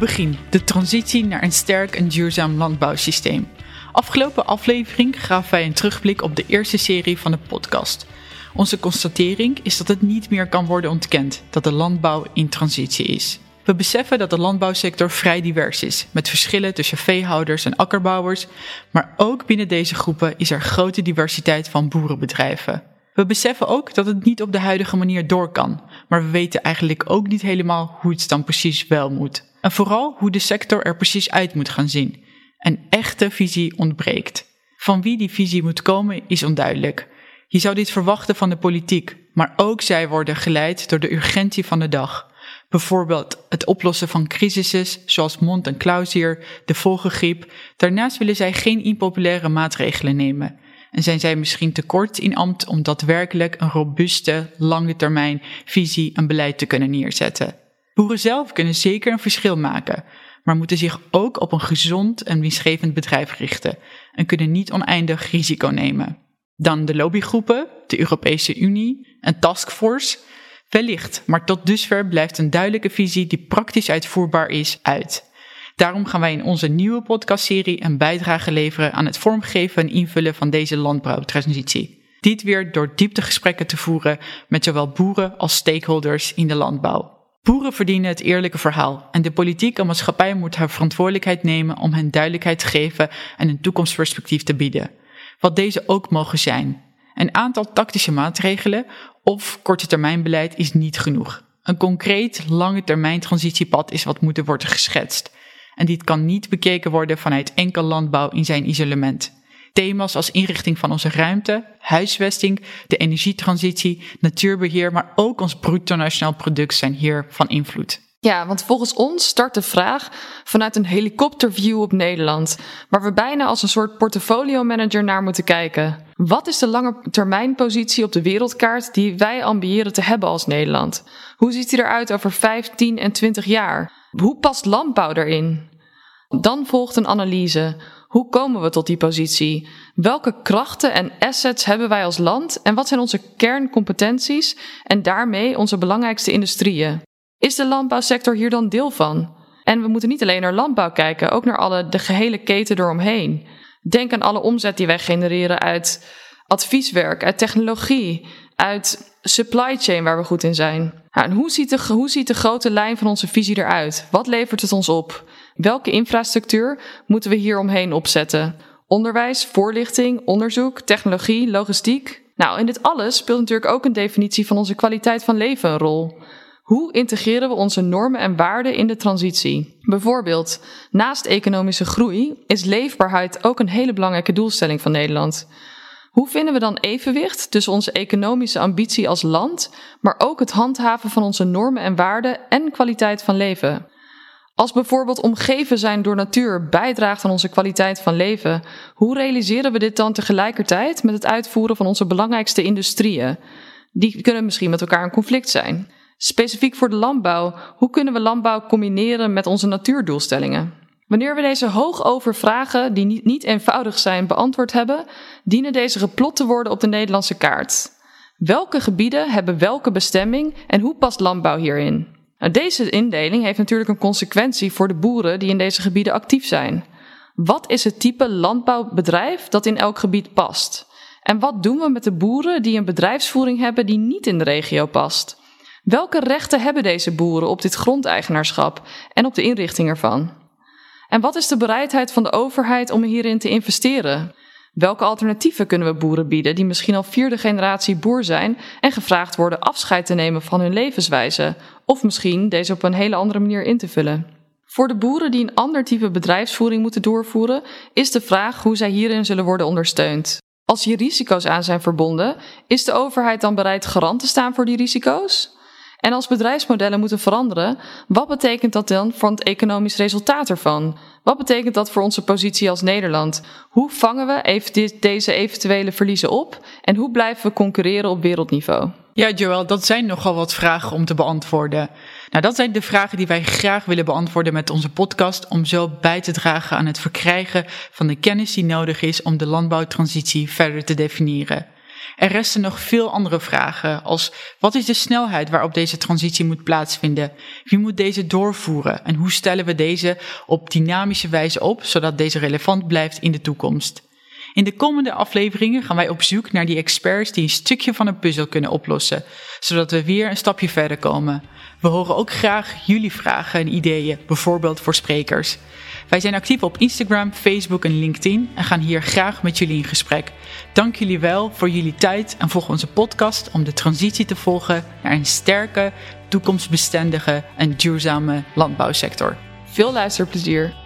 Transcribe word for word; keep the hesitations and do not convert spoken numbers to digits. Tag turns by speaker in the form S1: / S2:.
S1: begin, de transitie naar een sterk en duurzaam landbouwsysteem. Afgelopen aflevering gaven wij een terugblik op de eerste serie van de podcast. Onze constatering is dat het niet meer kan worden ontkend dat de landbouw in transitie is. We beseffen dat de landbouwsector vrij divers is, met verschillen tussen veehouders en akkerbouwers, maar ook binnen deze groepen is er grote diversiteit van boerenbedrijven. We beseffen ook dat het niet op de huidige manier door kan, maar we weten eigenlijk ook niet helemaal hoe het dan precies wel moet. En vooral hoe de sector er precies uit moet gaan zien. Een echte visie ontbreekt. Van wie die visie moet komen is onduidelijk. Je zou dit verwachten van de politiek, maar ook zij worden geleid door de urgentie van de dag. Bijvoorbeeld het oplossen van crisissen zoals mond- en klauwzier, de vogelgriep. Daarnaast willen zij geen impopulaire maatregelen nemen. En zijn zij misschien tekort in ambt om daadwerkelijk een robuuste, lange termijn visie en beleid te kunnen neerzetten. Boeren zelf kunnen zeker een verschil maken, maar moeten zich ook op een gezond en winstgevend bedrijf richten en kunnen niet oneindig risico nemen. Dan de lobbygroepen, de Europese Unie, een taskforce. Wellicht, maar tot dusver blijft een duidelijke visie die praktisch uitvoerbaar is uit. Daarom gaan wij in onze nieuwe podcastserie een bijdrage leveren aan het vormgeven en invullen van deze landbouwtransitie. Dit weer door dieptegesprekken te voeren met zowel boeren als stakeholders in de landbouw. Boeren verdienen het eerlijke verhaal en de politiek en maatschappij moet haar verantwoordelijkheid nemen om hen duidelijkheid te geven en een toekomstperspectief te bieden. Wat deze ook mogen zijn. Een aantal tactische maatregelen of korte termijn beleid is niet genoeg. Een concreet lange termijn transitiepad is wat moet worden geschetst. En dit kan niet bekeken worden vanuit enkel landbouw in zijn isolement. Thema's als inrichting van onze ruimte, huisvesting, de energietransitie, natuurbeheer, maar ook ons bruto nationaal product zijn hier van invloed.
S2: Ja, want volgens ons start de vraag vanuit een helikopterview op Nederland, waar we bijna als een soort portfolio-manager naar moeten kijken. Wat is de lange termijn positie op de wereldkaart die wij ambiëren te hebben als Nederland? Hoe ziet die eruit over vijf, tien en twintig jaar? Hoe past landbouw daarin? Dan volgt een analyse. Hoe komen we tot die positie? Welke krachten en assets hebben wij als land en wat zijn onze kerncompetenties en daarmee onze belangrijkste industrieën? Is de landbouwsector hier dan deel van? En we moeten niet alleen naar landbouw kijken, ook naar alle, de gehele keten eromheen. Denk aan alle omzet die wij genereren uit advieswerk, uit technologie, uit supply chain waar we goed in zijn. Nou, en hoe ziet, de, hoe ziet de grote lijn van onze visie eruit? Wat levert het ons op? Welke infrastructuur moeten we hier omheen opzetten? Onderwijs, voorlichting, onderzoek, technologie, logistiek. Nou, in dit alles speelt natuurlijk ook een definitie van onze kwaliteit van leven een rol. Hoe integreren we onze normen en waarden in de transitie? Bijvoorbeeld, naast economische groei is leefbaarheid ook een hele belangrijke doelstelling van Nederland. Hoe vinden we dan evenwicht tussen onze economische ambitie als land, maar ook het handhaven van onze normen en waarden en kwaliteit van leven? Als bijvoorbeeld omgeven zijn door natuur bijdraagt aan onze kwaliteit van leven, hoe realiseren we dit dan tegelijkertijd met het uitvoeren van onze belangrijkste industrieën? Die kunnen misschien met elkaar in conflict zijn. Specifiek voor de landbouw, hoe kunnen we landbouw combineren met onze natuurdoelstellingen? Wanneer we deze hoogover vragen, die niet, niet eenvoudig zijn, beantwoord hebben, dienen deze geplot te worden op de Nederlandse kaart. Welke gebieden hebben welke bestemming en hoe past landbouw hierin? Nou, deze indeling heeft natuurlijk een consequentie voor de boeren die in deze gebieden actief zijn. Wat is het type landbouwbedrijf dat in elk gebied past? En wat doen we met de boeren die een bedrijfsvoering hebben die niet in de regio past? Welke rechten hebben deze boeren op dit grondeigenaarschap en op de inrichting ervan? En wat is de bereidheid van de overheid om hierin te investeren? Welke alternatieven kunnen we boeren bieden die misschien al vierde generatie boer zijn en gevraagd worden afscheid te nemen van hun levenswijze, of misschien deze op een hele andere manier in te vullen? Voor de boeren die een ander type bedrijfsvoering moeten doorvoeren, is de vraag hoe zij hierin zullen worden ondersteund. Als hier risico's aan zijn verbonden, is de overheid dan bereid garant te staan voor die risico's? En als bedrijfsmodellen moeten veranderen, wat betekent dat dan voor het economisch resultaat ervan? Wat betekent dat voor onze positie als Nederland? Hoe vangen we even deze eventuele verliezen op? En hoe blijven we concurreren op wereldniveau?
S1: Ja, Joël, dat zijn nogal wat vragen om te beantwoorden. Nou, dat zijn de vragen die wij graag willen beantwoorden met onze podcast, om zo bij te dragen aan het verkrijgen van de kennis die nodig is om de landbouwtransitie verder te definiëren. Er resten nog veel andere vragen, als wat is de snelheid waarop deze transitie moet plaatsvinden? Wie moet deze doorvoeren? En hoe stellen we deze op dynamische wijze op, zodat deze relevant blijft in de toekomst? In de komende afleveringen gaan wij op zoek naar die experts die een stukje van een puzzel kunnen oplossen, zodat we weer een stapje verder komen. We horen ook graag jullie vragen en ideeën, bijvoorbeeld voor sprekers. Wij zijn actief op Instagram, Facebook en LinkedIn en gaan hier graag met jullie in gesprek. Dank jullie wel voor jullie tijd en volg onze podcast om de transitie te volgen naar een sterke, toekomstbestendige en duurzame landbouwsector.
S2: Veel luisterplezier!